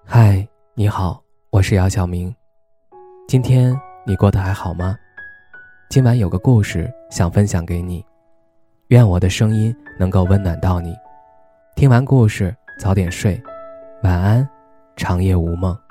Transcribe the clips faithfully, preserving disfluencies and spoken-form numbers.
嗨，你好，我是姚晓明。今天你过得还好吗？今晚有个故事想分享给你，愿我的声音能够温暖到你。听完故事早点睡，晚安，长夜无梦。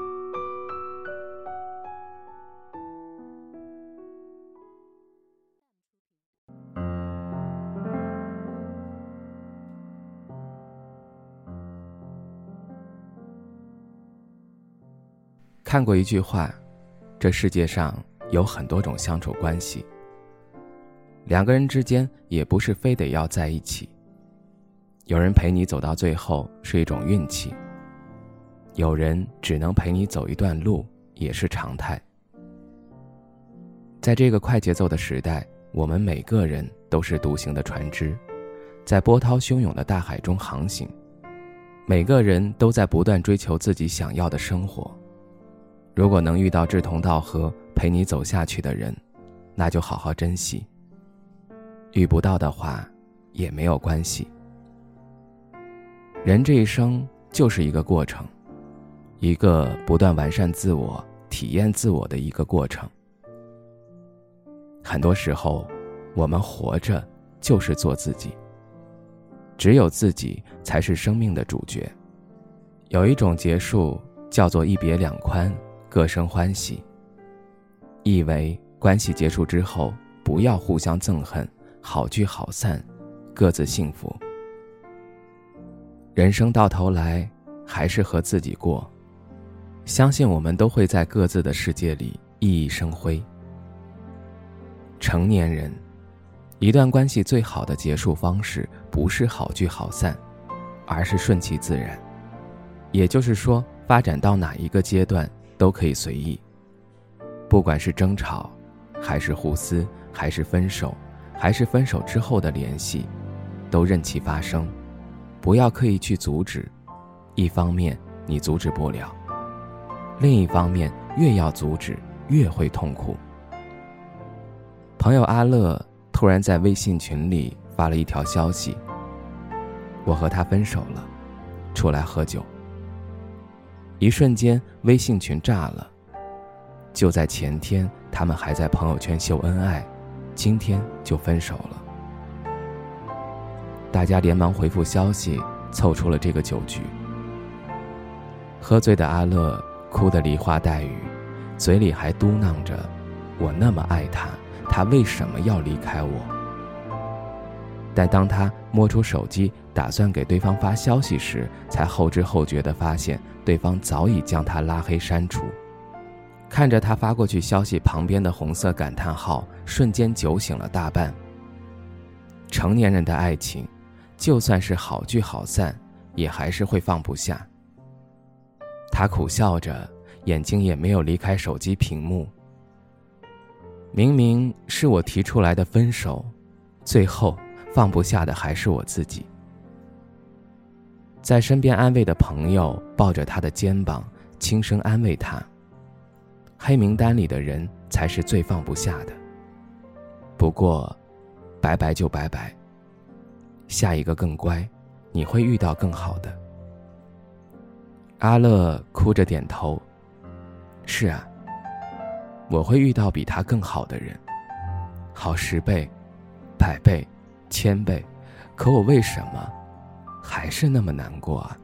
看过一句话，这世界上有很多种相处关系，两个人之间也不是非得要在一起。有人陪你走到最后是一种运气，有人只能陪你走一段路也是常态。在这个快节奏的时代，我们每个人都是独行的船只，在波涛汹涌的大海中航行，每个人都在不断追求自己想要的生活。如果能遇到志同道合陪你走下去的人，那就好好珍惜。遇不到的话也没有关系。人这一生就是一个过程，一个不断完善自我体验自我的一个过程。很多时候我们活着就是做自己，只有自己才是生命的主角。有一种结束叫做一别两宽，各生欢喜，意为关系结束之后不要互相憎恨，好聚好散，各自幸福。人生到头来还是和自己过，相信我们都会在各自的世界里熠熠生辉。成年人，一段关系最好的结束方式不是好聚好散，而是顺其自然。也就是说，发展到哪一个阶段都可以随意，不管是争吵，还是互撕，还是分手，还是分手之后的联系，都任其发生，不要刻意去阻止。一方面你阻止不了，另一方面越要阻止越会痛苦。朋友阿乐突然在微信群里发了一条消息：我和他分手了，出来喝酒。一瞬间微信群炸了，就在前天他们还在朋友圈秀恩爱，今天就分手了。大家连忙回复消息，凑出了这个酒局。喝醉的阿乐哭得梨花带雨，嘴里还嘟囔着：我那么爱他，他为什么要离开我？但当他摸出手机打算给对方发消息时，才后知后觉地发现对方早已将他拉黑删除。看着他发过去消息旁边的红色感叹号，瞬间酒醒了大半。成年人的爱情，就算是好聚好散，也还是会放不下。他苦笑着，眼睛也没有离开手机屏幕。明明是我提出来的分手，最后放不下的还是我自己。在身边安慰的朋友抱着他的肩膀，轻声安慰他：黑名单里的人才是最放不下的。不过拜拜就拜拜，下一个更乖，你会遇到更好的。阿乐哭着点头：是啊，我会遇到比他更好的人，好十倍、百倍、千倍，可我为什么还是那么难过啊？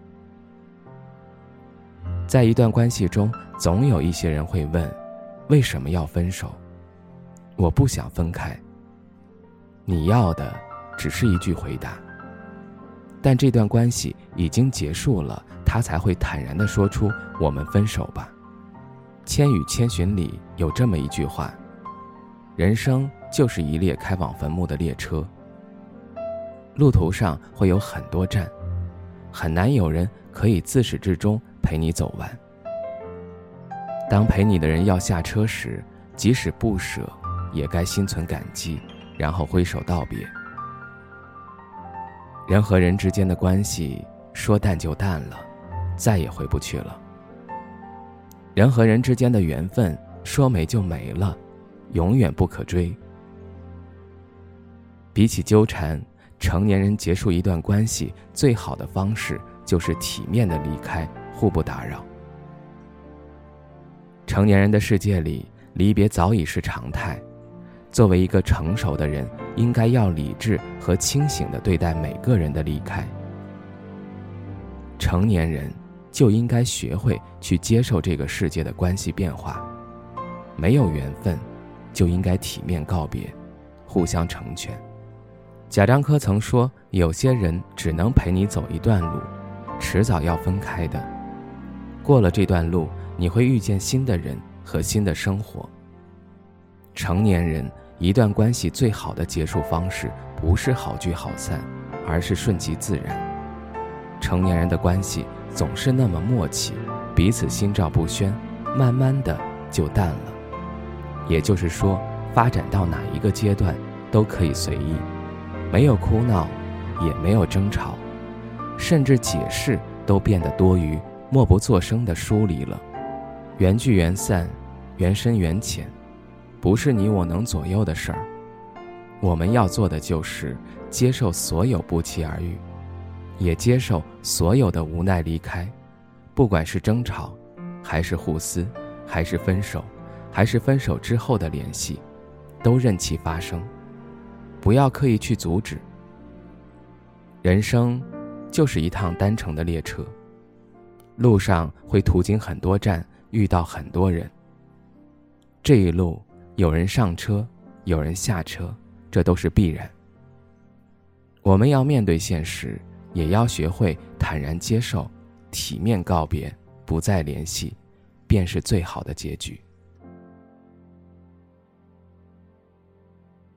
在一段关系中，总有一些人会问：为什么要分手？我不想分开。你要的只是一句回答，但这段关系已经结束了，他才会坦然地说出：我们分手吧。千与千寻里有这么一句话：人生就是一列开往坟墓的列车，路途上会有很多站，很难有人可以自始至终陪你走完。当陪你的人要下车时，即使不舍，也该心存感激，然后挥手道别。人和人之间的关系，说淡就淡了，再也回不去了。人和人之间的缘分，说没就没了，永远不可追。比起纠缠，成年人结束一段关系最好的方式就是体面的离开， 互不打扰。成年人的世界里，离别早已是常态。作为一个成熟的人，应该要理智和清醒地对待每个人的离开。成年人就应该学会去接受这个世界的关系变化，没有缘分，就应该体面告别，互相成全。贾樟柯曾说，有些人只能陪你走一段路，迟早要分开的。过了这段路，你会遇见新的人和新的生活。成年人，一段关系最好的结束方式，不是好聚好散，而是顺其自然。成年人的关系总是那么默契，彼此心照不宣，慢慢的就淡了。也就是说，发展到哪一个阶段都可以随意，没有哭闹，也没有争吵，甚至解释都变得多余，默不作声地疏离了。缘聚缘散，缘深缘浅，不是你我能左右的事儿。我们要做的就是接受所有不期而遇，也接受所有的无奈离开。不管是争吵，还是互撕，还是分手，还是分手之后的联系，都任其发生，不要刻意去阻止。人生就是一趟单程的列车，路上会途经很多站，遇到很多人。这一路有人上车，有人下车，这都是必然。我们要面对现实，也要学会坦然接受，体面告别，不再联系，便是最好的结局。